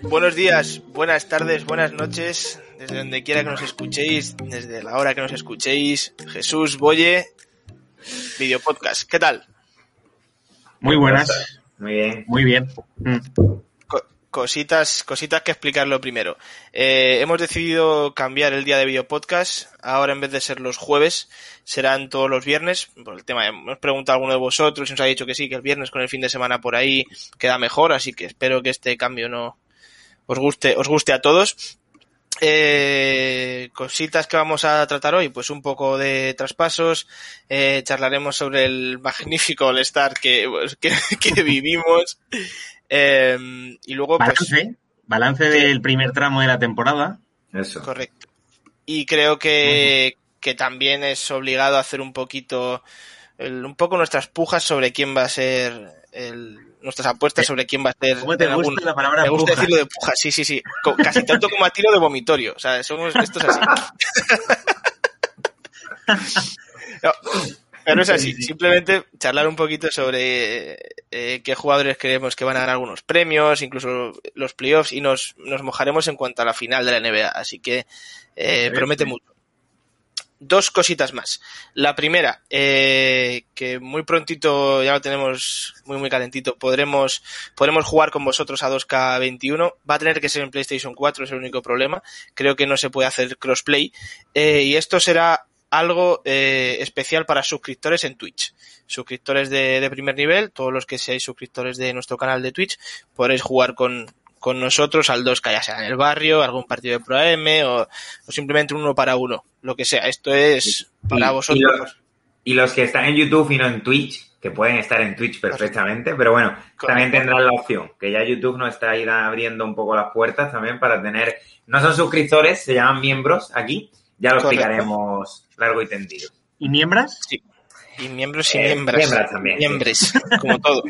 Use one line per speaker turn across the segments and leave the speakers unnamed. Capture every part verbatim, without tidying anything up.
Buenos días, buenas tardes, buenas noches, desde donde quiera que nos escuchéis, desde la hora que nos escuchéis. Jesús Boye, Videopodcast. ¿Qué tal?
Muy buenas.
Muy bien.
Muy bien. Mm.
Co- cositas, cositas que explicarlo primero. Eh, hemos decidido cambiar el día de Videopodcast. Ahora, en vez de ser los jueves, serán todos los viernes. Por el tema, hemos preguntado a alguno de vosotros y nos ha dicho que sí, que el viernes con el fin de semana por ahí queda mejor, así que espero que este cambio no os guste, os guste a todos. Eh, cositas que vamos a tratar hoy, pues un poco de traspasos, eh, charlaremos sobre el magnífico All-Star que, pues, que, que vivimos, eh, y luego
balance,
pues
balance del primer tramo de la temporada.
Eso.
Correcto. Y creo que, uh-huh. que también es obligado a hacer un poquito, el, un poco nuestras pujas sobre quién va a ser el, nuestras apuestas sobre quién va a ser.
¿Cómo te gusta algún, la palabra
Me gusta
puja?
decirlo de puja, sí, sí, sí. Casi tanto como a tiro de vomitorio. O sea, somos, esto es así. No, pero no es así. Simplemente charlar un poquito sobre eh, qué jugadores creemos que van a ganar algunos premios, incluso los playoffs, y nos, nos mojaremos en cuanto a la final de la N B A. Así que eh, promete mucho. Dos cositas más. La primera, eh, que muy prontito, ya lo tenemos muy muy calentito, podremos podremos jugar con vosotros a dos K veintiuno. Va a tener que ser en PlayStation cuatro, es el único problema. Creo que no se puede hacer crossplay. Eh, y esto será algo eh, especial para suscriptores en Twitch. Suscriptores de, de primer nivel, todos los que seáis suscriptores de nuestro canal de Twitch, podréis jugar con... con nosotros al dos K, ya sea en el barrio, algún partido de Pro A M o, o simplemente un uno para uno, lo que sea. Esto es para
y,
vosotros.
Y los, y los que están en YouTube y no en Twitch, que pueden estar en Twitch perfectamente, pero bueno, Correcto. También tendrán la opción, que ya YouTube nos está ahí abriendo un poco las puertas también para tener, no son suscriptores, se llaman miembros aquí, ya lo Correcto. Explicaremos largo y tendido.
¿Y miembros?
Sí, y miembros y
eh,
miembras.
Miembras también.
Miembros, sí. Como todo.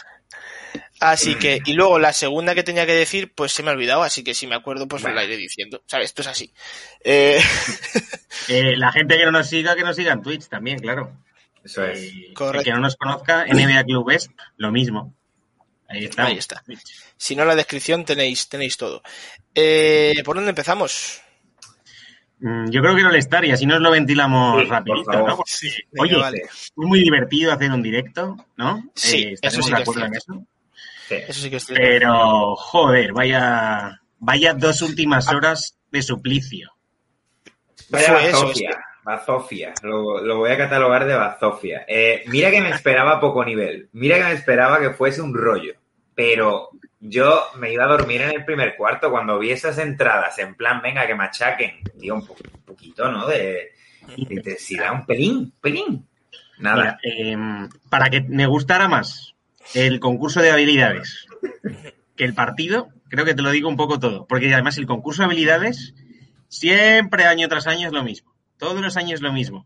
Así que, y luego la segunda que tenía que decir, pues se me ha olvidado, así que si me acuerdo, pues vale. La iré diciendo. ¿Sabes? Esto es así. Eh...
Eh, la gente que no nos siga, que nos siga en Twitch también, claro.
Eso es.
Eh, el que no nos conozca, N B A Club es lo mismo. Ahí está.
Ahí está. Si no, en la descripción tenéis, tenéis todo. Eh, ¿Por dónde empezamos?
Mm, yo creo que no le estar y así nos lo ventilamos sí, rapidito, ¿no?
Sí,
venga, oye, vale. Es muy divertido hacer un directo, ¿no?
Sí,
eh, ¿estaremos
eso sí
de acuerdo en eso?
Sí. Eso sí que estoy.
Pero, joder, vaya, vaya dos últimas horas de suplicio.
Vaya bazofia, bazofia. Lo, lo voy a catalogar de bazofia. Eh, mira que me esperaba poco nivel. Mira que me esperaba que fuese un rollo. Pero yo me iba a dormir en el primer cuarto cuando vi esas entradas en plan, venga, que machaquen. Tío, un, po- un poquito, ¿no? De, de intensidad, un pelín, un pelín. Nada.
Mira, eh, para que me gustara más el concurso de habilidades que el partido, creo que te lo digo un poco todo. Porque además el concurso de habilidades siempre año tras año es lo mismo. Todos los años es lo mismo.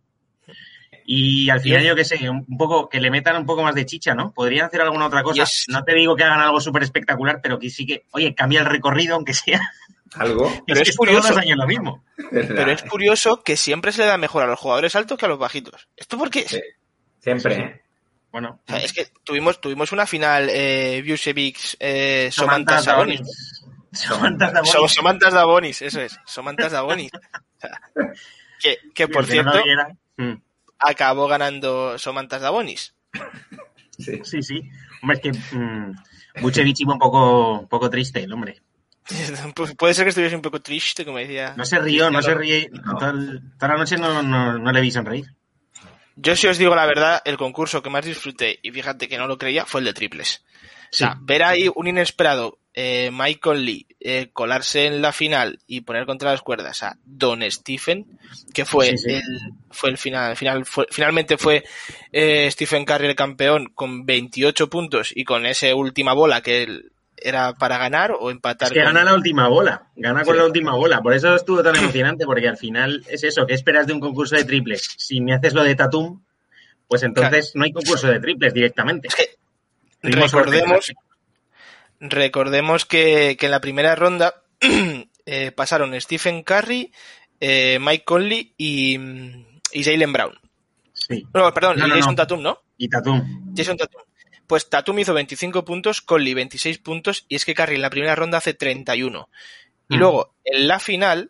Y al final, yo qué sé, un poco que le metan un poco más de chicha, ¿no? Podrían hacer alguna otra cosa.
Yes.
No te digo que hagan algo súper espectacular, pero que sí que, oye, cambia el recorrido, aunque sea.
¿Algo?
Es
pero
que
es
es
curioso.
todos los años lo mismo.
Pero es curioso que siempre se le da mejor a los jugadores altos que a los bajitos. ¿Esto por qué es?
Sí. Siempre,
Sí.
¿eh?
Bueno.
O sea, es que tuvimos, tuvimos una final eh, Vucevic, eh,
Somantas
Somantas Sabonis.
Somantas Sabonis.
So- Somantas Sabonis, eso es. Somantas Sabonis. O sea, que, que por
Sí, el que no
cierto,
lo viera. Mm.
acabó ganando Somantas Sabonis.
Sí.
Sí, sí. Hombre, es que mmm, Vucevic iba un poco, un poco triste, el hombre.
Pues puede ser que estuviese un poco triste, como decía.
No se rió, no se ríe.
No.
Toda, el- toda la noche no, no, no le vi sonreír.
Yo, si os digo la verdad, el concurso que más disfruté, y fíjate que no lo creía, fue el de triples. O sea,
Sí.
ver ahí un inesperado eh, Michael Lee eh, colarse en la final y poner contra las cuerdas a Don Stephen, que fue
Sí, sí.
el fue el final, final fue, finalmente fue eh, Stephen Curry el campeón con veintiocho puntos y con esa última bola que él era para ganar o empatar.
Es que
con...
gana la última bola, gana con
Sí.
la última bola. Por eso estuvo tan emocionante, porque al final es eso, ¿qué esperas de un concurso de triples? Si me haces lo de Tatum, pues entonces claro. No hay concurso de triples directamente.
Es que recordemos, recordemos que, que en la primera ronda eh, pasaron Stephen Curry, eh, Mike Conley y, y Jaylen Brown.
Sí.
No, perdón,
no,
y
no,
Jason
no.
Tatum, ¿no?
Y Tatum.
Jason Tatum. Pues Tatum hizo veinticinco puntos, Conley veintiséis puntos, y es que Curry en la primera ronda hace treinta y uno. Y mm. luego, en la final,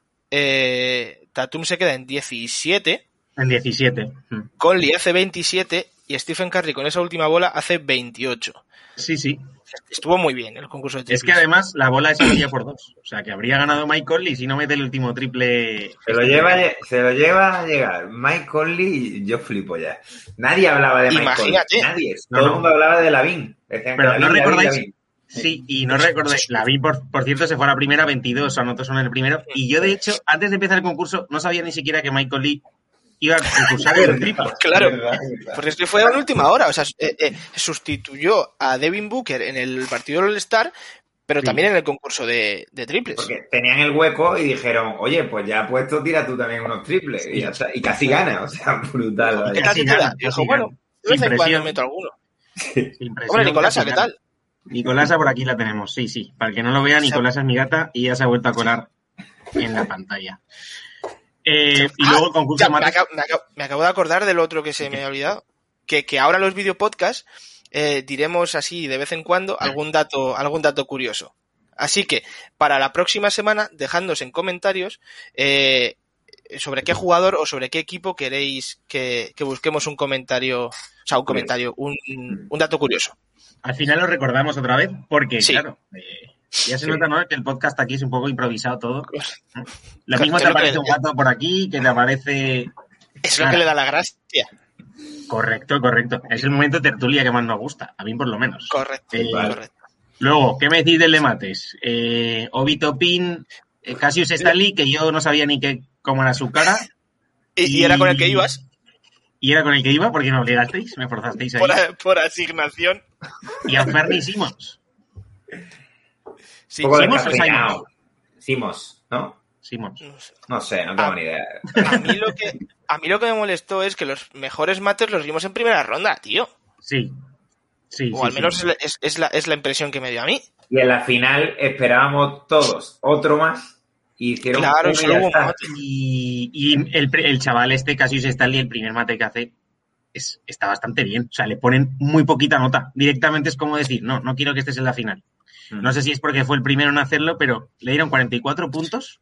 eh, Tatum se queda en diecisiete.
En diecisiete. Mm.
Conley hace veintisiete y Stephen Curry con esa última bola hace veintiocho.
Sí, sí.
Estuvo muy bien el concurso de triples.
Es que además la bola es sería por dos. O sea, que habría ganado Mike Conley si no mete el último triple.
Se lo lleva, se lo lleva a llegar Mike Conley, yo flipo ya. Nadie hablaba de Mike
Imagínate.
Conley. Nadie. Todo no, el mundo no. hablaba de Lavin.
Pero Lavin, no recordáis. Lavin. Sí, y no recordáis. Lavin, por, por cierto, se fue a la primera veintidós, anotó solo en el primero. Y yo, de hecho, antes de empezar el concurso, no sabía ni siquiera que Mike Conley iba a concursar en el triple.
Claro, porque es que fue a la última hora. O sea, eh, eh, sustituyó a Devin Booker en el partido del All-Star, pero sí. también en el concurso de, de triples.
Porque tenían el hueco y dijeron, oye, pues ya puesto, tira tú también unos triples. Sí. Y, ya está. Y casi gana, o sea, brutal.
¿Qué tal si te da? Y dijo, bueno, de vez en cuando meto alguno. Hombre, Nicolasa, ¿qué tal?
Nicolasa por aquí la tenemos, sí, sí. Para el que no lo vea, Nicolasa es mi gata y ya se ha vuelto a colar en la pantalla. Eh, y luego el concurso
ya, me, acabo, me, acabo, me acabo de acordar del otro que se me ha olvidado. Que, que ahora los videopodcasts eh, diremos así de vez en cuando algún dato, algún dato curioso. Así que para la próxima semana, dejadnos en comentarios eh, sobre qué jugador o sobre qué equipo queréis que, que busquemos un comentario, o sea, un comentario, un, un dato curioso.
Al final lo recordamos otra vez porque, sí. claro... Eh... Ya se sí. nota, ¿no? Que el podcast aquí es un poco improvisado todo. Lo mismo te aparece un gato por aquí, que te aparece...
Es lo ah. que le da la gracia.
Correcto, correcto. Es el momento tertulia que más nos gusta, a mí por lo menos.
Correcto,
eh,
vale. correcto.
Luego, ¿qué me decís del de mates? Eh, Obi Toppin, eh, Cassius Stanley, que yo no sabía ni qué, cómo era su cara.
¿Y, y, ¿Y era con el que ibas?
¿Y era con el que iba? Porque me obligasteis, me forzasteis ahí.
Por, a, por asignación.
Y a Fernie Simmons.
Sí, Simons o Simons. Simons, ¿no?
Simons.
No sé, no, sé, no tengo
a,
ni idea.
A mí, lo que, a mí lo que me molestó es que los mejores mates los vimos en primera ronda, tío.
Sí. sí
o
sí,
al menos
sí.
Es, es, la, es la impresión que me dio a mí.
Y en la final esperábamos todos otro más y hicieron
claro,
solo
un mate.
Y, y el, el chaval este, Cassius Stanley, el primer mate que hace, es, está bastante bien. O sea, le ponen muy poquita nota. Directamente es como decir, no, no quiero que estés en la final. No sé si es porque fue el primero en hacerlo, pero le dieron cuarenta y cuatro puntos.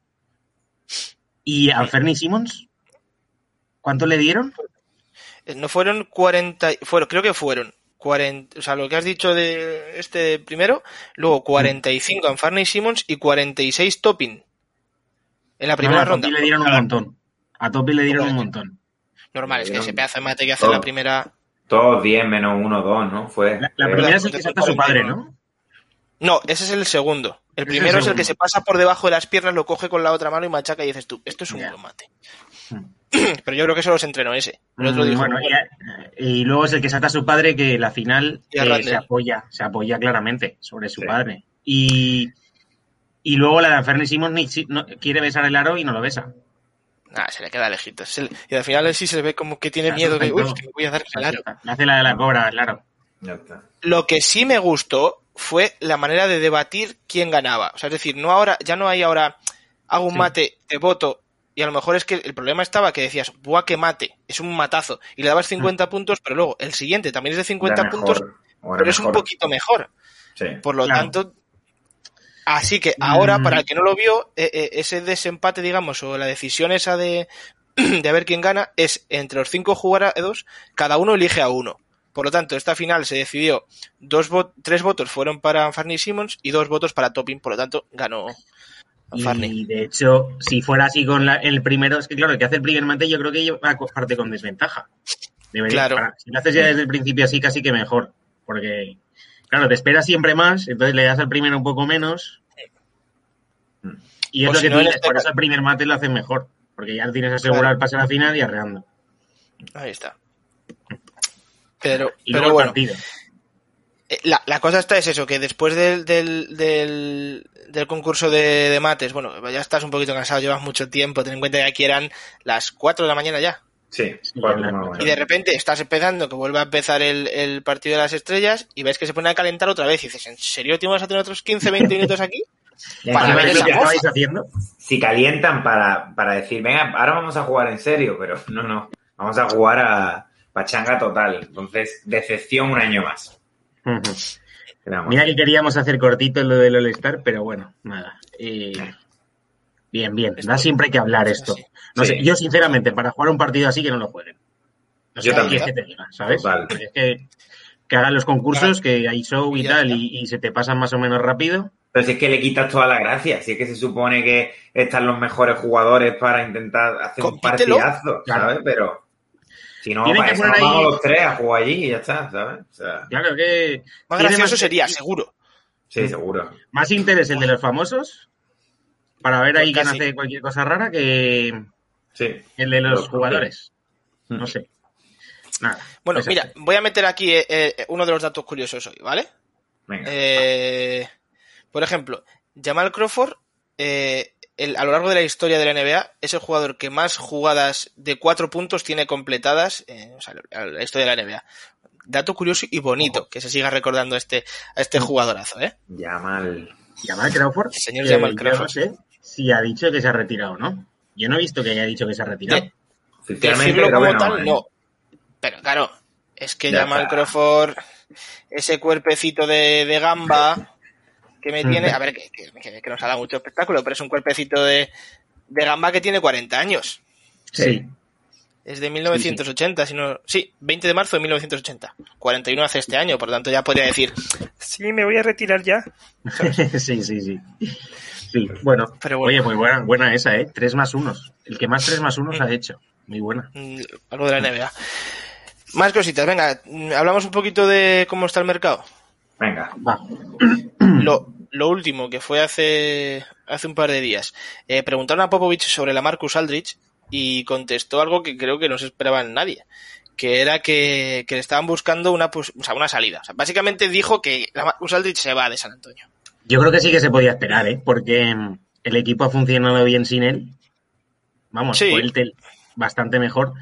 Y a Fernie Simmons, ¿cuánto le dieron?
No fueron cuarenta, fueron, creo que fueron cuarenta, o sea, lo que has dicho de este primero, luego cuarenta y cinco a Fernie Simmons y cuarenta y seis Toppin en la primera
no,
ronda.
A Toppin le dieron un montón. A Toppin le dieron un montón.
Normal, es que ese pedazo de mate que hace en la primera...
Todos diez menos uno, dos, ¿no? Fue.
La, la primera es el que salta a su padre, ¿no?
No, ese es el segundo. El primero es el, es el que se pasa por debajo de las piernas, lo coge con la otra mano y machaca y dices tú, esto es un yeah. buen mate. Pero yo creo que solo se entrenó ese. El otro dijo,
bueno, bueno. Y, y luego es el que saca a su padre que la final eh, se apoya, se apoya claramente sobre su sí. padre. Y, y luego la de Fernie Simmons no, quiere besar el aro y no lo besa.
Ah, se le queda lejitos. Y al final sí se ve como que tiene miedo de, uy, que me voy a dar el aro.
Hace la de la cobra, claro.
Ya está.
Lo que sí me gustó fue la manera de debatir quién ganaba. O sea, es decir, no ahora, ya no hay ahora, hago un sí. mate, te voto, y a lo mejor es que el problema estaba que decías, buah, qué mate, es un matazo, y le dabas cincuenta mm. puntos, pero luego el siguiente también es de cincuenta mejor, puntos, pero mejor. Es un poquito mejor.
Sí.
Por lo
claro.
tanto, así que ahora, mm. para el que no lo vio, eh, eh, ese desempate, digamos, o la decisión esa de, de ver quién gana, es entre los cinco jugadores, cada uno elige a uno. Por lo tanto, esta final se decidió, dos vo- tres votos fueron para Fernie Simmons y dos votos para Toppin, por lo tanto, ganó Fernie.
Y de hecho, si fuera así con la, el primero, es que claro, el que hace el primer mate yo creo que parte con desventaja. Debería,
claro.
Para, si lo haces ya desde el principio así, casi que mejor. Porque, claro, te esperas siempre más, entonces le das al primero un poco menos. Y es pues lo que si tú no dices, este... por eso el primer mate lo haces mejor. Porque ya tienes asegurado claro. el pase a la final y arreando.
Ahí está. Pero,
y
pero bueno,
partido.
La, la cosa está es eso, que después del, del, del, del concurso de, de mates, bueno, ya estás un poquito cansado, llevas mucho tiempo, ten en cuenta que aquí eran las cuatro de la mañana ya.
Sí, cuatro de la mañana.
Y de repente estás empezando, que vuelve a empezar el, el partido de las estrellas, y ves que se pone a calentar otra vez, y dices, ¿en serio tío vas a tener otros quince, veinte minutos aquí?
Para ver lo que estabais haciendo.
Si calientan para, para decir, venga, ahora vamos a jugar en serio, pero no, no, vamos a jugar a... pachanga total. Entonces, decepción un año más.
Uh-huh. Mira que queríamos hacer cortito lo del All-Star, pero bueno, nada. Eh, bien, bien. Da siempre hay que hablar esto. No sí. sé, yo sinceramente, para jugar un partido así, que no lo jueguen. No sé
yo también.
qué te diga, ¿sabes? Vale. Es que, que hagan los concursos, que hay show y tal, y, y se te pasan más o menos rápido.
Pero si es que le quitas toda la gracia, si es que se supone que están los mejores jugadores para intentar hacer Compítelo. un partidazo, ¿sabes? Claro. Pero si no, para eso nos vamos ahí... los tres a jugar allí y ya está, ¿sabes? O sea,
claro que...
Más gracioso más... sería, seguro.
Sí, seguro.
Más interés el de los famosos, para ver ahí quién hace cualquier cosa rara, que
sí.
el de los, los jugadores. Sí. No sé. Nada.
Bueno, mira, así. voy a meter aquí eh, uno de los datos curiosos hoy, ¿vale?
Venga.
Eh... Por ejemplo, Jamal Crawford, eh, el, a lo largo de la historia de la N B A, es el jugador que más jugadas de cuatro puntos tiene completadas, eh, o sea, la historia de la N B A. Dato curioso y bonito, que se siga recordando a este, a este jugadorazo, ¿eh?
Jamal.
Jamal Crawford.
El señor Jamal
eh,
Crawford.
Yo no sé si ha dicho que se ha retirado, ¿no? Yo no he visto que haya dicho que se ha retirado.
De, decirlo como no, tal, eh. no. Pero claro, es que ya Jamal está. Crawford, ese cuerpecito de, de gamba... que me tiene, a ver, que, que, que nos ha dado mucho espectáculo, pero es un cuerpecito de, de gamba que tiene cuarenta años.
Sí.
Es de mil novecientos ochenta, sí, sí. Si no, sí, veinte de marzo de mil novecientos ochenta. cuarenta y uno hace este año, por lo tanto ya podría decir, sí, me voy a retirar ya.
sí, sí, sí. Sí, bueno, pero bueno. Oye, muy buena, buena esa, ¿eh? Tres más unos. El que más tres más unos mm. ha hecho. Muy buena.
Algo de la N B A. Más cositas, venga, hablamos un poquito de cómo está el mercado.
Venga,
va.
Lo, lo último, que fue hace hace un par de días, eh, preguntaron a Popovich sobre la Marcus Aldridge y contestó algo que creo que no se esperaba en nadie, que era que, que le estaban buscando una, pues, o sea, una salida. O sea, básicamente dijo que la Marcus Aldridge se va de San Antonio.
Yo creo que sí que se podía esperar, ¿eh? Porque el equipo ha funcionado bien sin él. Vamos, sí. Fue el tel bastante mejor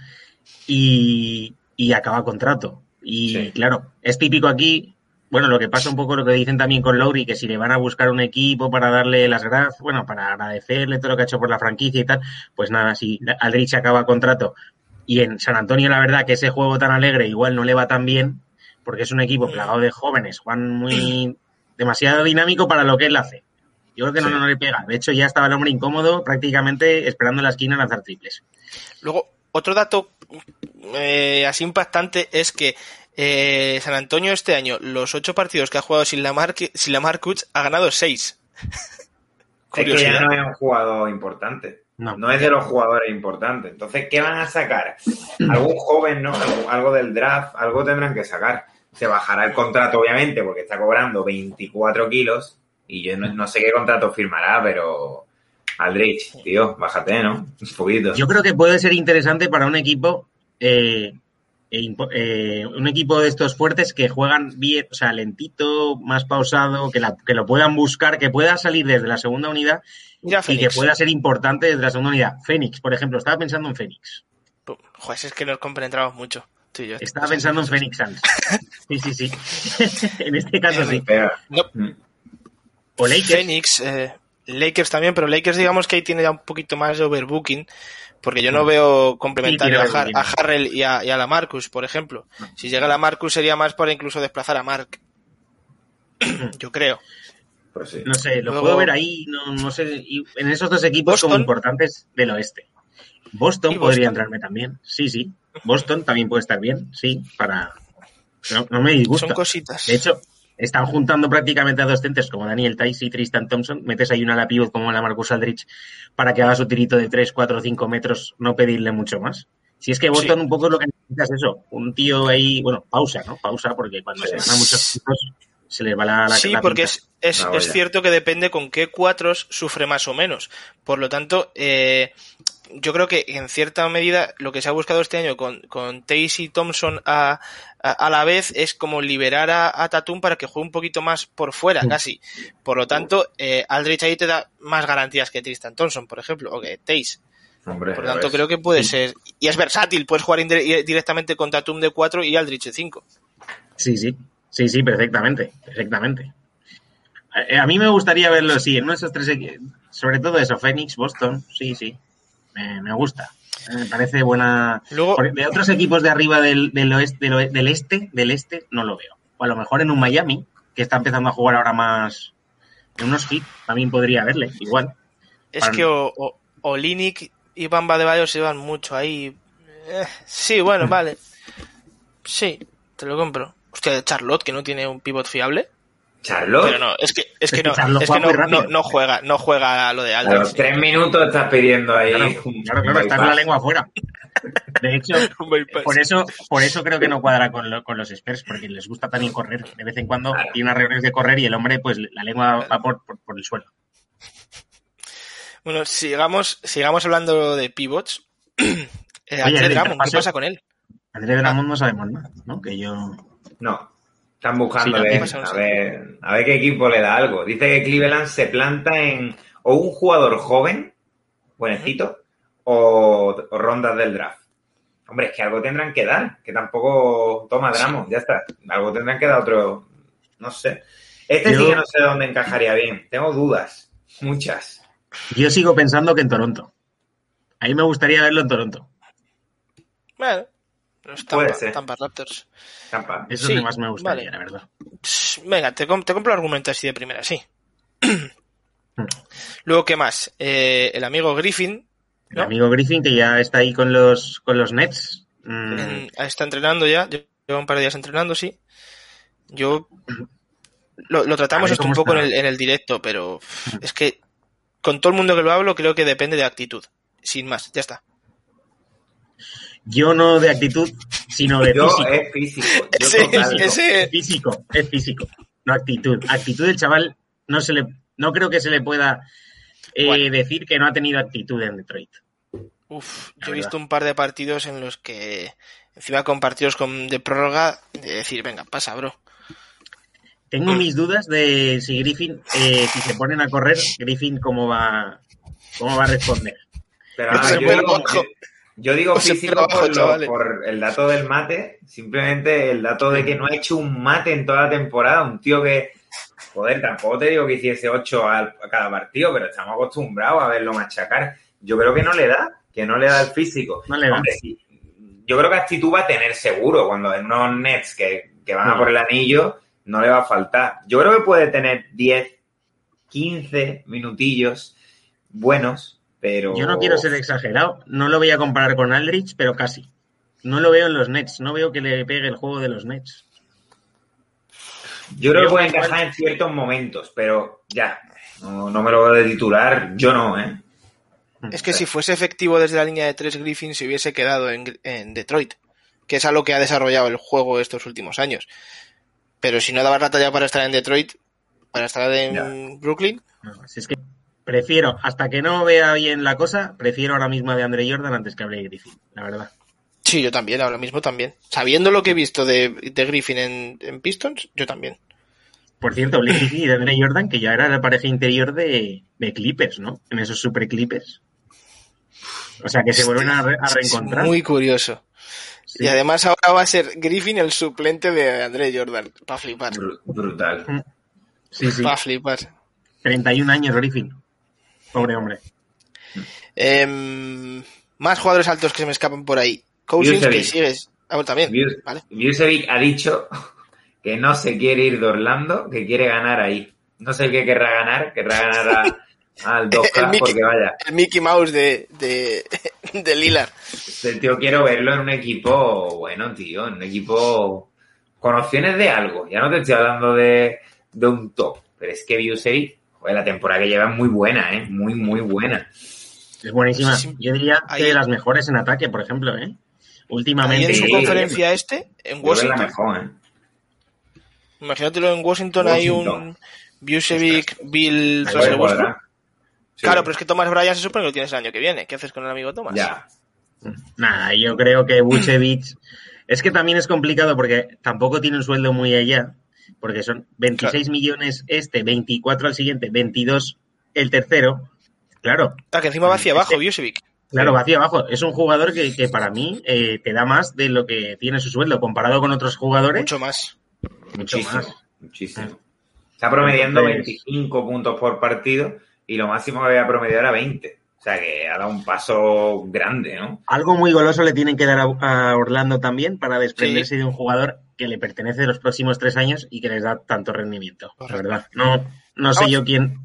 y, y acaba contrato. Y sí. Claro, es típico aquí... Bueno, lo que pasa un poco lo que dicen también con Lowry, que si le van a buscar un equipo para darle las gracias, bueno, para agradecerle todo lo que ha hecho por la franquicia y tal, pues nada, si Aldridge acaba contrato y en San Antonio la verdad que ese juego tan alegre igual no le va tan bien, porque es un equipo plagado de jóvenes, Juan muy demasiado dinámico para lo que él hace. Yo creo que no, sí. no, no le pega. De hecho, ya estaba el hombre incómodo prácticamente esperando en la esquina a lanzar triples.
Luego, otro dato eh, así impactante es que Eh, San Antonio este año, los ocho partidos que ha jugado sin la Marcus, sin la Marcus ha ganado seis.
Es que ya no es un jugador importante. No. no es de los jugadores importantes. Entonces, ¿qué van a sacar? Algún joven, ¿no? Algo del draft, algo tendrán que sacar. Se bajará el contrato, obviamente, porque está cobrando veinticuatro kilos y yo no, no sé qué contrato firmará, pero Aldridge, tío, bájate, ¿no? Un poquito.
Yo creo que puede ser interesante para un equipo... Eh... Eh, un equipo de estos fuertes que juegan bien, o sea, lentito, más pausado, que, la, que lo puedan buscar, que pueda salir desde la segunda unidad
Mira,
y que pueda ser importante desde la segunda unidad. Fénix, por ejemplo, estaba pensando en Fénix.
Joder, es que nos compenetramos mucho. Tú y yo.
Estaba pensando en Phoenix Suns. Sí, sí, sí. En este caso sí.
No. O Lakers. Phoenix, eh, Lakers también, pero Lakers digamos que ahí tiene ya un poquito más de overbooking. Porque yo no veo complementario sí, a, Har- a Harrell y a, y a la Marcus, por ejemplo. Si llega la Marcus sería más para incluso desplazar a Mark. Yo creo.
Pues sí.
No sé, lo Luego, puedo ver ahí, no, no sé. En esos dos equipos Boston, como importantes del oeste. Boston, Boston podría entrarme también. Sí, sí. Boston también puede estar bien, sí, para... No, no me disgusta.
Son cositas.
De hecho, están juntando prácticamente a dos centros como Daniel Tice y Tristan Thompson. Metes ahí una ala pivot como la Marcus Aldridge para que haga su tirito de tres, cuatro, cinco metros, no pedirle mucho más. Si es que Boston sí. Un poco es lo que necesitas eso. Un tío ahí, bueno, pausa, ¿no? Pausa porque cuando sí. se ganan muchos tipos se les va la, la
Sí,
la
porque es, es, no, es cierto que depende con qué cuatros sufre más o menos. Por lo tanto, eh, yo creo que en cierta medida lo que se ha buscado este año con, con Tace y Thompson a, a, a la vez es como liberar a, a Tatum para que juegue un poquito más por fuera, sí. casi. Por lo tanto, eh, Aldridge ahí te da más garantías que Tristan Thompson, por ejemplo, o que Tace.
Hombre,
por lo tanto, creo que puede sí. ser. Y es versátil, puedes jugar indi- directamente con Tatum de cuatro y Aldridge de cinco.
Sí, sí. Sí, sí, perfectamente. Perfectamente. A, a mí me gustaría verlo, sí, en uno de esos tres equipos. Sobre todo eso, Phoenix, Boston, sí, sí. Me, me gusta. Me parece buena.
Luego,
de otros equipos de arriba del, del oeste, del, oeste, del este, del este, no lo veo. o a lo mejor en un Miami, que está empezando a jugar ahora más en unos Heat, también podría verle, igual.
Es
Para...
que o, o, Olynyk y Bamba de Bayo se van mucho ahí. Eh, sí, bueno, vale. Sí, te lo compro. Hostia, Charlotte, que no tiene un pivot fiable.
¿Charlotte?
Pero no, es que, es
es
que,
que
no,
Charlotte
es que no,
juega muy
no,
rápido.
no juega, no juega a lo de
A
Aldridge.
los tres minutos estás pidiendo ahí.
Claro,
un,
claro,
un
claro, está
bypass.
con la lengua afuera. De hecho,
Un bypass.
por eso, por eso creo que no cuadra con, lo- con los Spurs, porque les gusta también correr. De vez en cuando
Claro.
tiene unas reuniones de correr y el hombre, pues la lengua va por, por, por el suelo.
Bueno, sigamos, sigamos hablando de pivots. eh,
Oye,
Andre
el
Drummond, ¿qué
traspaso-
pasa con él?
André Drummond no sabemos nada, ¿no? Que yo...
No. Están buscándole
Sí,
no,
a
sí.
ver a ver qué equipo le da algo. Dice que Cleveland se planta en o un jugador joven, buenecito, o, o rondas del draft. Hombre, es que algo tendrán que dar, que tampoco toma Drummond, ya está. Algo tendrán que dar otro, no sé. Este
Yo-
sí que no sé dónde encajaría bien. Tengo dudas, muchas.
Yo sigo pensando que en Toronto. A mí me gustaría verlo en Toronto.
Bueno, los
Puede
Tampa,
ser.
Tampa Raptors.
Tampa.
Es
Sí,
donde más me gustaría,
vale.
la verdad.
Pss, Venga, te, com- te compro el argumento así de primera, sí. Luego, ¿qué más? Eh, el amigo Griffin,
El
¿no?
amigo Griffin, que ya está ahí con los, con los Nets. Mm,
En- está entrenando ya, lleva un par de días entrenando, sí. Yo lo, lo
A
tratamos
ver
esto un
cómo
poco en
está.
el, en el directo, pero uf, es que con todo el mundo que lo hablo creo que depende de actitud. Sin más, ya está.
Yo no de actitud, sino de
Yo
físico.
es físico. Yo
Ese-
total.
ese-
Es físico, es físico, no actitud. Actitud del chaval no se le, no creo que se le pueda eh,
Bueno.
decir que no ha tenido actitud en Detroit.
Uf,
La
yo he
verdad.
visto un par de partidos en los que, encima con partidos con, de prórroga, de decir, venga, pasa, bro.
Tengo mis dudas de si Griffin, eh, si se ponen a correr, Griffin cómo va, cómo va a responder.
Pero
No
a
se
ver, yo,
puede
digo,
abajo.
yo- yo digo
No se
físico
puede abajo,
por, lo-
chavales.
por el dato del mate, simplemente el dato de que no ha hecho un mate en toda la temporada, un tío que, joder, tampoco te digo que hiciese ocho al- a cada partido, pero estamos acostumbrados a verlo machacar. Yo creo que no le da, que no le da el físico.
No le da.
Hombre, sí, yo creo que actitud va a tener seguro, cuando en unos Nets que, que van a
No.
por el anillo, no le va a faltar. Yo creo que puede tener diez, quince minutillos buenos, pero...
Yo no quiero ser exagerado, no lo voy a comparar con Aldridge, pero casi. No lo veo en los Nets, no veo que le pegue el juego de los Nets.
Yo creo que
Veo
puede
igual-
encajar en ciertos momentos, pero ya, no, no me lo veo de titular, yo no, ¿eh?
Es que si fuese efectivo desde la línea de tres, Griffin se hubiese quedado en, en Detroit, que es algo que ha desarrollado el juego estos últimos años. Pero si no daba la talla para estar en Detroit, para estar en
Ya.
Brooklyn,
No, si es que prefiero, hasta que no vea bien la cosa, prefiero ahora mismo de Andre Jordan antes que hable de Griffin, la verdad.
sí, yo también, ahora mismo también. Sabiendo lo que he visto de, de Griffin en, en Pistons, yo también.
Por cierto, Blake Griffin y de Andre Jordan, que ya era la pareja interior de, de Clippers, ¿no? En esos super Clippers. O sea, que se vuelven a, re- a reencontrar.
Es muy curioso.
Sí.
Y además ahora va a ser Griffin el suplente de Andre Jordan. Para flipar.
Bru- brutal.
Sí, sí.
Para flipar.
treinta y un años, Griffin. Pobre hombre.
Em, más jugadores altos que se me escapan por ahí. Cousins,
Vucevic.
que sigues. Ah, también.
Vus-
Vale.
Vucevic ha dicho que no se quiere ir de Orlando, que quiere ganar ahí. No sé qué querrá ganar, querrá ganar a- al dos K,
El Mickey.
porque vaya,
El Mickey Mouse de, de, de Lillard.
este tío quiero verlo en un equipo bueno, tío, en un equipo con opciones de algo. Ya no te estoy hablando de, de un top, pero es que Vucevic, joder, la temporada que lleva es muy buena, ¿eh? Muy, muy buena.
Es buenísima.
Sí, sí.
Yo diría
Ahí-
que de las mejores en ataque, por ejemplo, ¿eh?
Ahí
Últimamente.
en su
Sí.
conferencia este, en
Yo creo que es la
Washington.
mejor, ¿eh?
Imagínatelo en Washington, hay un
Washington.
Vucevic, Bill,
Ahí
Puede
Russell Westbrook.
cuadrar. Sí.
Claro, pero es que Thomas Bryant se supone que lo tienes el año que viene. ¿Qué haces con el amigo Thomas?
Ya.
Nada, yo creo que Vucevic... Es que también es complicado porque tampoco tiene un sueldo muy allá, porque son veintiséis millones este, veinticuatro al siguiente, veintidós el tercero. Claro,
Ah, que encima va hacia abajo,
Este-
Vucevic.
claro,
Sí.
va hacia abajo. Es un jugador que, que para mí eh, te da más de lo que tiene su sueldo comparado con otros jugadores.
Mucho más.
mucho
Muchísimo,
más.
muchísimo. Está promediando
Entonces-
veinticinco puntos por partido y lo máximo que había promediado era veinte. O sea, que ha dado un paso grande, ¿no?
Algo muy goloso le tienen que dar a, a Orlando también para desprenderse sí. de un jugador que le pertenece los próximos tres años y que les da tanto rendimiento. Correcto. La verdad. No, no sé Vamos. yo quién...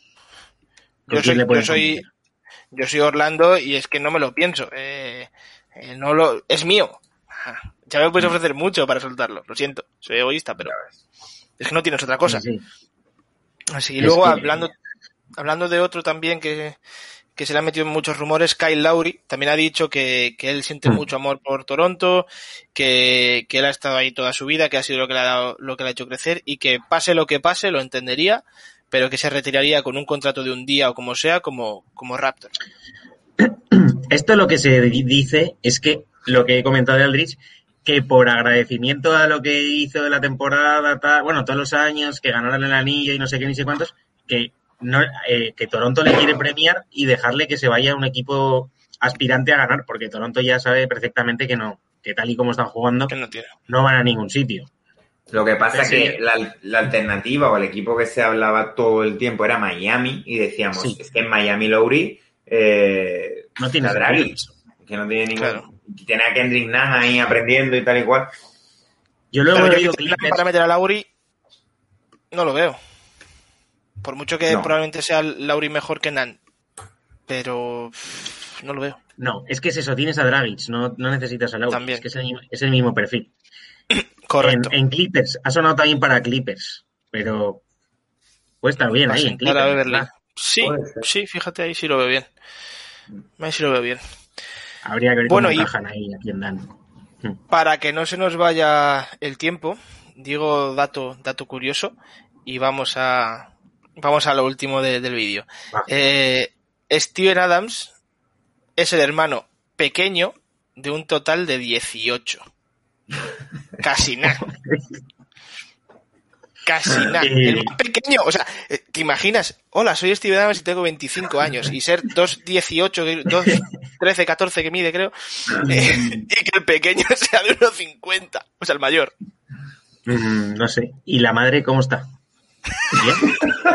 Yo soy, yo, soy, yo soy Orlando y es que no me lo pienso. Eh, eh, no lo, es mío. Ya me puedes ofrecer mucho para soltarlo. Lo siento, soy egoísta, pero es que no tienes otra cosa. Sí, sí. Así y luego que... hablando, hablando de otro también que, que se le han metido en muchos rumores, Kyle Lowry también ha dicho que, que él siente mm. mucho amor por Toronto, que, que él ha estado ahí toda su vida, que ha sido lo que le ha dado, lo que le ha hecho crecer y que pase lo que pase lo entendería, pero que se retiraría con un contrato de un día o como sea, como, como Raptor.
Esto lo que se dice es que, lo que he comentado de Aldridge, que por agradecimiento a lo que hizo de la temporada, tal, bueno, todos los años, que ganaron el anillo y no sé qué ni sé cuántos, que, no, eh, que Toronto le quiere premiar y dejarle que se vaya a un equipo aspirante a ganar, porque Toronto ya sabe perfectamente que no, que tal y como están jugando,
no,
no van a ningún sitio.
Lo que pasa es que la, la alternativa o el equipo que se hablaba todo el tiempo era Miami y decíamos, sí. es que en Miami Lowry eh,
no tiene
Dragic, que no tiene ningún... Claro. Tiene a Kendrick Nunn ahí aprendiendo y tal y cual.
Yo luego he oído Clippers...
Para meter a Lowry no lo veo. Por mucho que no. probablemente sea Lowry mejor que Nunn, pero no lo veo.
No, es que es eso, tienes a Dragic, no, no necesitas a Lowry. También. Es que es el, es el mismo perfil.
Correcto.
En, en Clippers, ha sonado también para Clippers, pero puede estar bien ahí en Clippers.
Sí, sí, fíjate, ahí sí lo veo bien. Ahí sí lo veo bien.
Habría que ver
bueno,
cómo encajan ahí a quién dan.
Para que no se nos vaya el tiempo, digo dato, dato curioso y vamos a vamos a lo último de, del vídeo. Ah. Eh, Steven Adams es el hermano pequeño de un total de dieciocho. Casi nada. Casi nada. El más pequeño, o sea, ¿te imaginas? Hola, soy Steven Adams y tengo veinticinco años y ser dos dieciocho, dos trece, catorce que mide, creo, eh, y que el pequeño sea de uno cincuenta, o sea, el mayor.
Mm, no sé. ¿Y la madre cómo está? ¿Bien?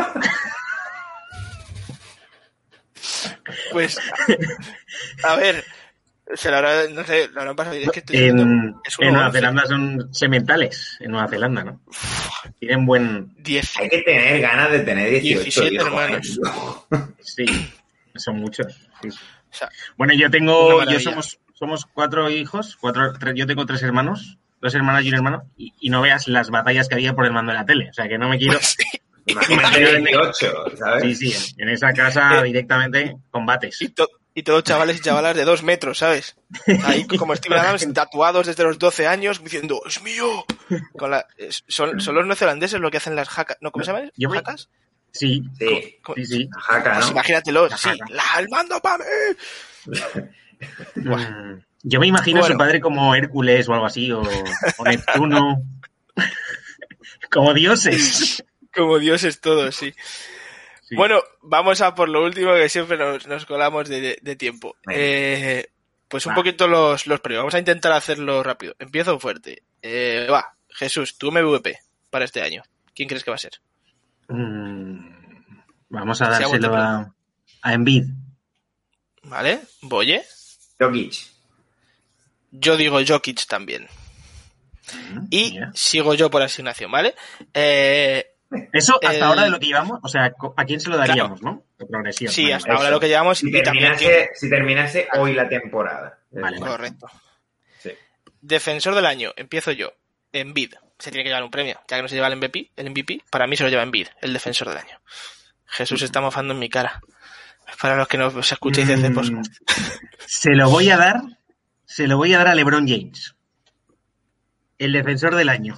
Pues, a ver... Se la habrá, no sé, la habrán pasado. Es que estoy
en, es en Nueva Zelanda son sementales. En Nueva Zelanda, ¿no? Tienen buen.
diez Hay que tener ganas de tener dieciocho
diecisiete hermanos.
Sí, son muchos. Sí. O sea, bueno, yo tengo. Yo somos, somos cuatro hijos. Cuatro, tres, yo tengo tres hermanos. Dos hermanas y un hermano. Y, y no veas las batallas que había por el mando de la tele. O sea, que no me quiero.
Pues sí. Imagínate dieciocho, ¿sabes?
Sí, sí. En esa casa directamente combates.
Y to- Y todos chavales y chavalas de dos metros, ¿sabes? Ahí como Steven Adams, tatuados desde los doce años, diciendo, ¡es mío! Con la, son, son los neozelandeses lo que hacen las jacas. ¿No? ¿Cómo se llaman? ¿Jacas?
Sí,
sí,
¿Cómo? sí, sí.
Jaca, ¿no?
Pues imagínatelo,
la
sí. La, ¡el mando para mí!
Bueno. Yo me imagino bueno. a su padre como Hércules o algo así, o, o Neptuno. Como dioses.
Como dioses todos, sí. Sí. Bueno, vamos a por lo último, que siempre nos, nos colamos de, de, de tiempo. Eh, pues un va. poquito los, los premios. Vamos a intentar hacerlo rápido. Empiezo fuerte. Eh, va, Jesús, tu M V P para este año. ¿Quién crees que va a ser?
Mm, vamos a dárselo a, a Embiid.
Vale, Boye.
Jokic.
Yo digo Jokic también. Mm, y yeah. sigo yo por asignación, ¿vale? Eh...
Eso hasta el... ahora de lo que llevamos, o sea, ¿a quién se lo daríamos, claro. no? De progresión.
Sí, hasta Eso. ahora lo que llevamos.
Si
y
terminase,
también...
si terminase hoy la temporada.
Vale, correcto.
Sí.
Defensor del año, empiezo yo. Embiid. Se tiene que llevar un premio. Ya que no se lleva el M V P, el M V P, para mí se lo lleva Embiid, el defensor del año. Jesús está mofando en mi cara. Para los que no os escuchéis desde post. Mm,
se lo voy a dar, se lo voy a dar a LeBron James. El defensor del año.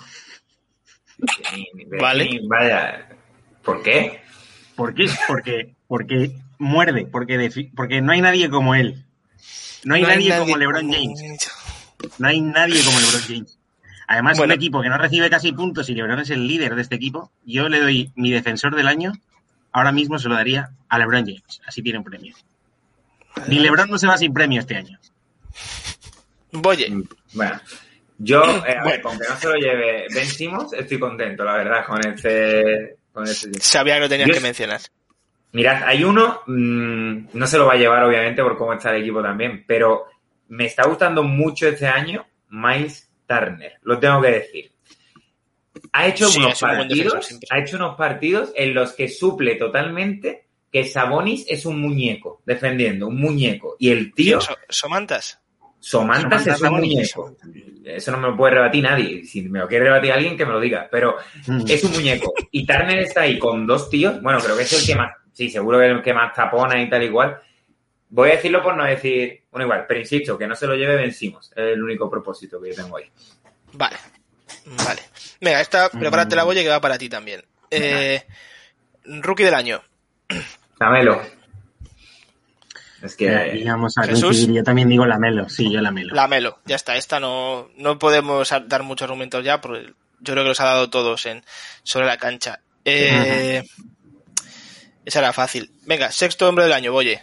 Vale.
Vaya. ¿Por qué?
¿Por qué? Porque, porque muerde, porque, defi- porque no hay nadie como él. No hay, no nadie, hay nadie como LeBron como... James. No hay nadie como LeBron James. Además, bueno. un equipo que no recibe casi puntos y LeBron es el líder de este equipo, yo le doy mi defensor del año, ahora mismo se lo daría a LeBron James. Así tiene un premio. Ni LeBron no se va sin premio este año.
Voy.
Bueno. Yo, eh, a ver, con que no se lo lleve Ben Simmons, estoy contento, la verdad, con este... Con este...
Sabía que lo tenías yo, que mencionar.
Mirad, hay uno, mmm, no se lo va a llevar obviamente por cómo está el equipo también, pero me está gustando mucho este año Miles Turner, lo tengo que decir. Ha hecho
sí,
unos partidos, ha hecho unos partidos en los que suple totalmente que Sabonis es un muñeco defendiendo, un muñeco. Y el tío...
¿So, ¿Somantas?
Somantas es un muñeco. Eso no me lo puede rebatir nadie. Si me lo quiere rebatir alguien, que me lo diga. Pero mm. es un muñeco. Y Turner está ahí con dos tíos. Bueno, creo que es el que más... Sí, seguro que es el que más tapona y tal igual. Voy a decirlo por no decir... Bueno, igual, pero insisto, que no se lo lleve Ben Simmons. Es el único propósito que yo tengo ahí.
Vale. Vale. Venga, esta, prepárate la boya que va para ti también. Eh, rookie del año.
Lamelo. Es que...
Eh, digamos, a coincidir, yo también digo Lamelo. Sí, yo Lamelo.
Lamelo. Ya está. Esta no, no podemos dar muchos argumentos ya, porque yo creo que los ha dado todos en sobre la cancha. Eh, uh-huh. Esa era fácil. Venga, sexto hombre del año, Boye.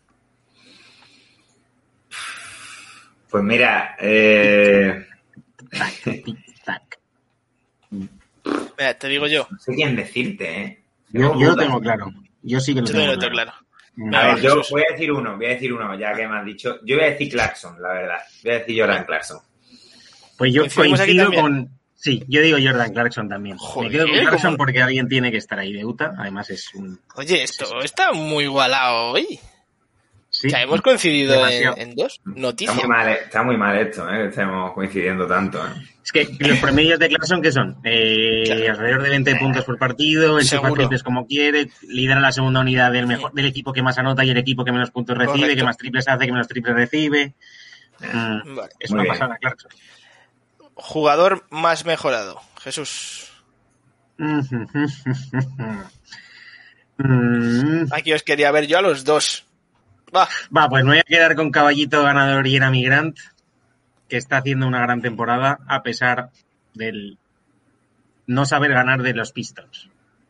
Pues mira, eh...
Mira, te digo yo.
No sé quién decirte, ¿eh?
Yo, yo lo tengo claro. Yo sí que lo
yo
tengo,
lo tengo
claro.
claro.
A ver, yo voy a decir uno, voy a decir uno, ya que me has dicho. Yo voy a decir Clarkson, la verdad. Voy a decir Jordan Clarkson.
Pues yo coincido con... Sí, yo digo Jordan Clarkson también. Joder, me quedo con Clarkson ¿cómo? Porque alguien tiene que estar ahí de Utah. Además es un...
Oye, esto sí, está muy igualado hoy.
Sí.
O sea, hemos coincidido en, en dos noticias.
Está muy mal, está muy mal esto, ¿eh? Que estemos coincidiendo tanto, ¿eh?
Es que los promedios de Clarkson, ¿qué son? Eh, claro. Alrededor de veinte puntos por partido, enchufa triples como quiere, lidera la segunda unidad del mejor del equipo que más anota y el equipo que menos puntos recibe, correcto, que más triples hace, que menos triples recibe. Mm, vale. Es una pasada, Clarkson.
Jugador más mejorado, Jesús. Aquí os quería ver yo a los dos. Va.
Va, pues me voy a quedar con caballito ganador Jerami Grant, que está haciendo una gran temporada a pesar del no saber ganar de los Pistons.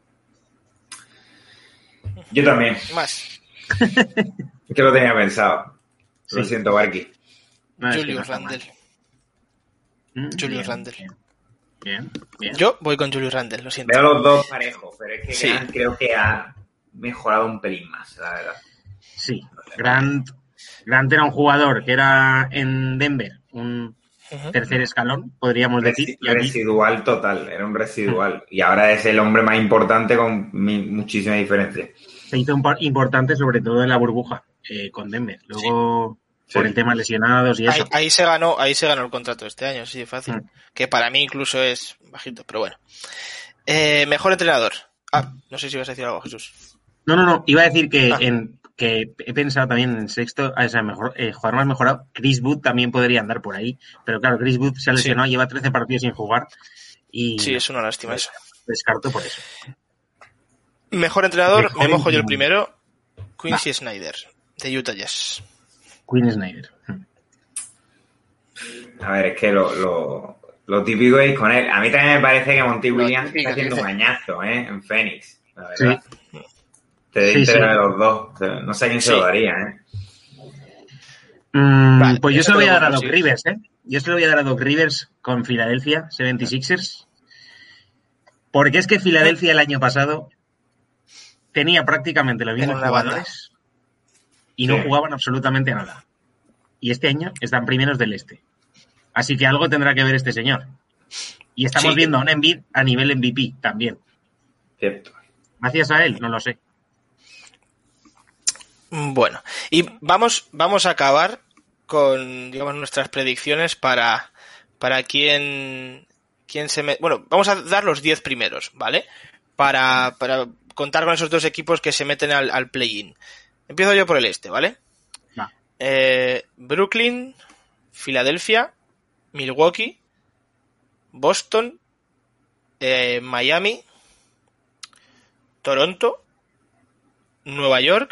Yo también.
Más.
Es que lo tenía pensado. Lo sí. siento, Barky.
No, Julius es que no Randle.
Mm,
Julius
bien,
Randle.
Bien, bien.
Yo voy con Julius Randle, lo siento.
Veo los dos parejos, pero es que
sí.
Grant creo que ha mejorado un pelín más, la verdad.
Sí, Grant, Grant era un jugador que era en Denver, un uh-huh. tercer escalón, podríamos
Resi-
decir. Y
residual aquí... total, era un residual. Uh-huh. Y ahora es el hombre más importante con mi, muchísima diferencia.
Se hizo un par importante sobre todo en la burbuja eh, con Denver. Luego, sí. por sí. el tema lesionados y
ahí,
eso.
Ahí se ganó ahí se ganó el contrato este año, sí, fácil. Uh-huh. Que para mí incluso es bajito, pero bueno. Eh, mejor entrenador. Ah, no sé si vas a decir algo, Jesús.
No, no, no. Iba a decir que... Ah. en que he pensado también en sexto, o sea, mejor, eh, jugador más mejorado, Chris Wood también podría andar por ahí, pero claro, Chris Wood se ha lesionado, sí. lleva trece partidos sin jugar y...
Sí, es una lástima
pues,
eso.
Descarto por eso.
Mejor entrenador, mejor me mojo yo el primero, Quincy Va. Snyder, de Utah Jazz.
Quinn Snyder.
A ver, es que lo, lo, lo típico es con él. A mí también me parece que Monty Williams está haciendo un bañazo, ¿eh? En Phoenix, la verdad. Sí. Te sí, sí. de los dos. No sé a quién sí. se lo daría, ¿eh?
Mm, vale, pues yo se lo voy a dar a Doc sí. Rivers, ¿eh? Yo se lo voy a dar a Doc Rivers con Filadelfia setenta y seis ers. Porque es que Filadelfia el año pasado tenía prácticamente los mismos jugadores y no sí. jugaban absolutamente a nada. Y este año están primeros del este. Así que algo tendrá que ver este señor. Y estamos sí. viendo a un Embiid a nivel M V P también.
Cierto.
Gracias a él, no lo sé.
Bueno, y vamos, vamos a acabar con, digamos, nuestras predicciones para, para quién, quién se me... Bueno, vamos a dar los diez primeros, ¿vale? Para, para contar con esos dos equipos que se meten al, al play-in. Empiezo yo por el este, ¿vale?
No.
Eh, Brooklyn, Filadelfia, Milwaukee, Boston, eh, Miami, Toronto, Nueva York,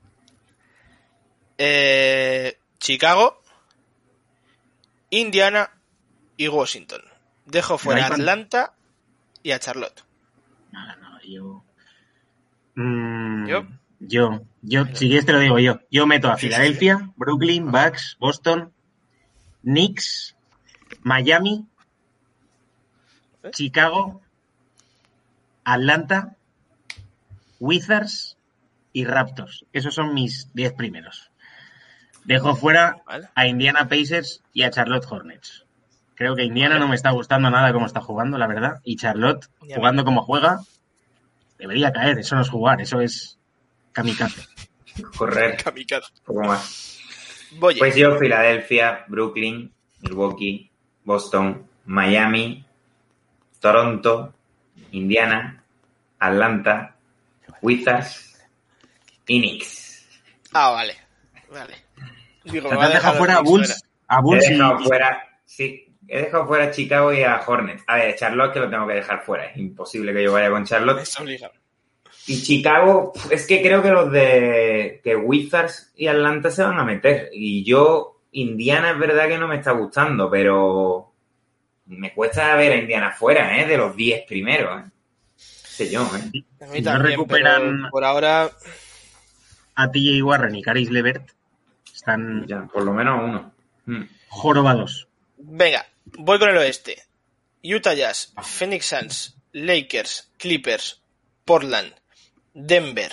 Eh, Chicago, Indiana y Washington. Dejo fuera a Atlanta y a Charlotte.
No, no, yo... Mm,
¿Yo?
Yo, yo, si quieres te lo digo yo. Yo meto a Filadelfia, sí, sí, sí. Brooklyn, Bucks, Boston, Knicks, Miami, ¿Eh? Chicago, Atlanta, Wizards y Raptors. Esos son mis diez primeros. Dejo fuera
vale.
a Indiana Pacers y a Charlotte Hornets. Creo que Indiana vale. no me está gustando nada cómo está jugando, la verdad. Y Charlotte, ya jugando como juega, debería caer. Eso no es jugar, eso es kamikaze.
Correr.
Kamikaze.
Un poco más.
Boye.
Pues yo, Filadelfia, Brooklyn, Milwaukee, Boston, Miami, Toronto, Indiana, Atlanta, Wizards y Knicks.
Ah, vale. Vale. Digo,
¿te has dejado fuera a Bulls? A Bulls
he dejado
y...
fuera, sí, he dejado fuera a Chicago y a Hornets. A ver, Charlotte que lo tengo que dejar fuera. Es imposible que yo vaya con Charlotte.
Es obligado.
Y Chicago, es que creo que los de que Wizards y Atlanta se van a meter. Y yo, Indiana es verdad que no me está gustando, pero me cuesta ver a Indiana fuera, ¿eh? De los diez primeros, ¿eh? Sé yo, ¿eh?
A mí también, recuperan por ahora
a T J Warren y Caris LeVert. Están
ya, por lo menos uno. Hmm.
Jorobados.
Venga, voy con el oeste. Utah Jazz, Phoenix Suns, Lakers, Clippers, Portland, Denver.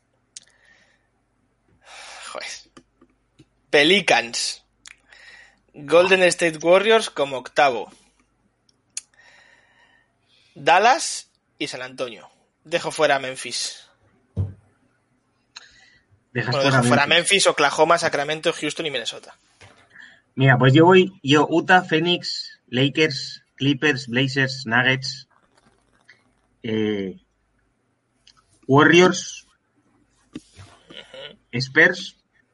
Joder. Pelicans. Golden State Warriors como octavo. Dallas y San Antonio. Dejo fuera a Memphis.
Dejas
bueno,
fuera,
dejo fuera
Memphis.
Memphis, Oklahoma, Sacramento, Houston y Minnesota.
Mira, pues yo voy, yo, Utah, Phoenix, Lakers, Clippers, Blazers, Nuggets, eh, Warriors, uh-huh. Spurs,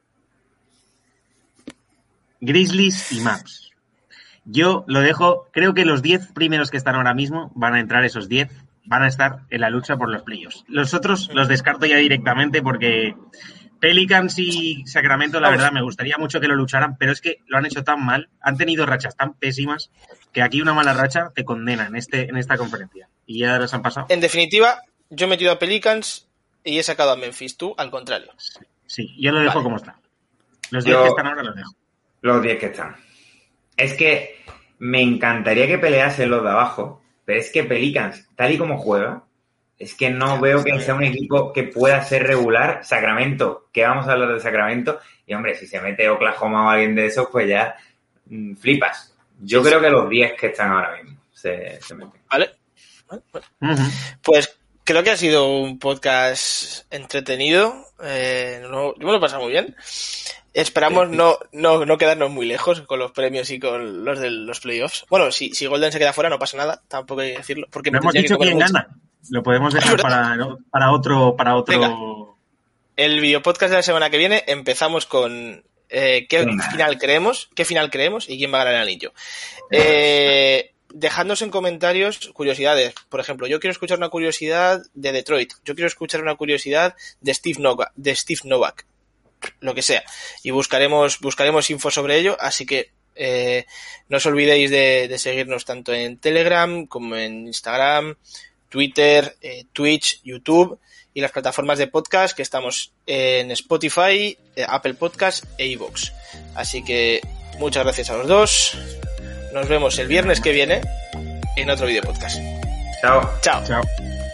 Grizzlies y Maps. Yo lo dejo, creo que los diez primeros que están ahora mismo van a entrar esos diez, van a estar en la lucha por los playoffs. Los otros los descarto ya directamente porque Pelicans y Sacramento, la verdad, me gustaría mucho que lo lucharan, pero es que lo han hecho tan mal, han tenido rachas tan pésimas, que aquí una mala racha te condena en, este, en esta conferencia. Y ya los han pasado.
En definitiva, yo he metido a Pelicans y he sacado a Memphis. Tú, al contrario.
Sí, sí yo lo dejo vale. como está. Los diez
yo,
que están ahora los dejo.
Los diez que están. Es que me encantaría que peleasen los de abajo, pero es que Pelicans, tal y como juega, es que no veo que sea un equipo que pueda ser regular. Sacramento, que vamos a hablar de Sacramento, y hombre, si se mete Oklahoma o alguien de esos, pues ya mmm, flipas. Yo sí, creo sí. que los diez que están ahora mismo se, se meten.
Vale. Vale, vale. Uh-huh. Pues creo que ha sido un podcast entretenido. Eh, no, yo me lo he pasado muy bien. Esperamos no, no, no quedarnos muy lejos con los premios y con los de los playoffs. Bueno, si, si Golden se queda fuera no pasa nada, tampoco hay que decirlo. Porque
no hemos dicho quién mucho. gana. Lo podemos dejar para, para otro... Para otro...
Venga. El videopodcast de la semana que viene empezamos con eh, qué Venga. final creemos, qué final creemos y quién va a ganar el anillo. Eh, dejadnos en comentarios curiosidades. Por ejemplo, yo quiero escuchar una curiosidad de Detroit. Yo quiero escuchar una curiosidad de Steve Novak. De Steve Novak. Lo que sea, y buscaremos buscaremos info sobre ello, así que eh, no os olvidéis de, de seguirnos tanto en Telegram como en Instagram, Twitter, eh, Twitch, YouTube y las plataformas de podcast que estamos en Spotify, eh, Apple Podcast e iVoox. Así que muchas gracias a los dos, nos vemos el viernes que viene en otro video podcast.
Chao.
Chao.
Chao.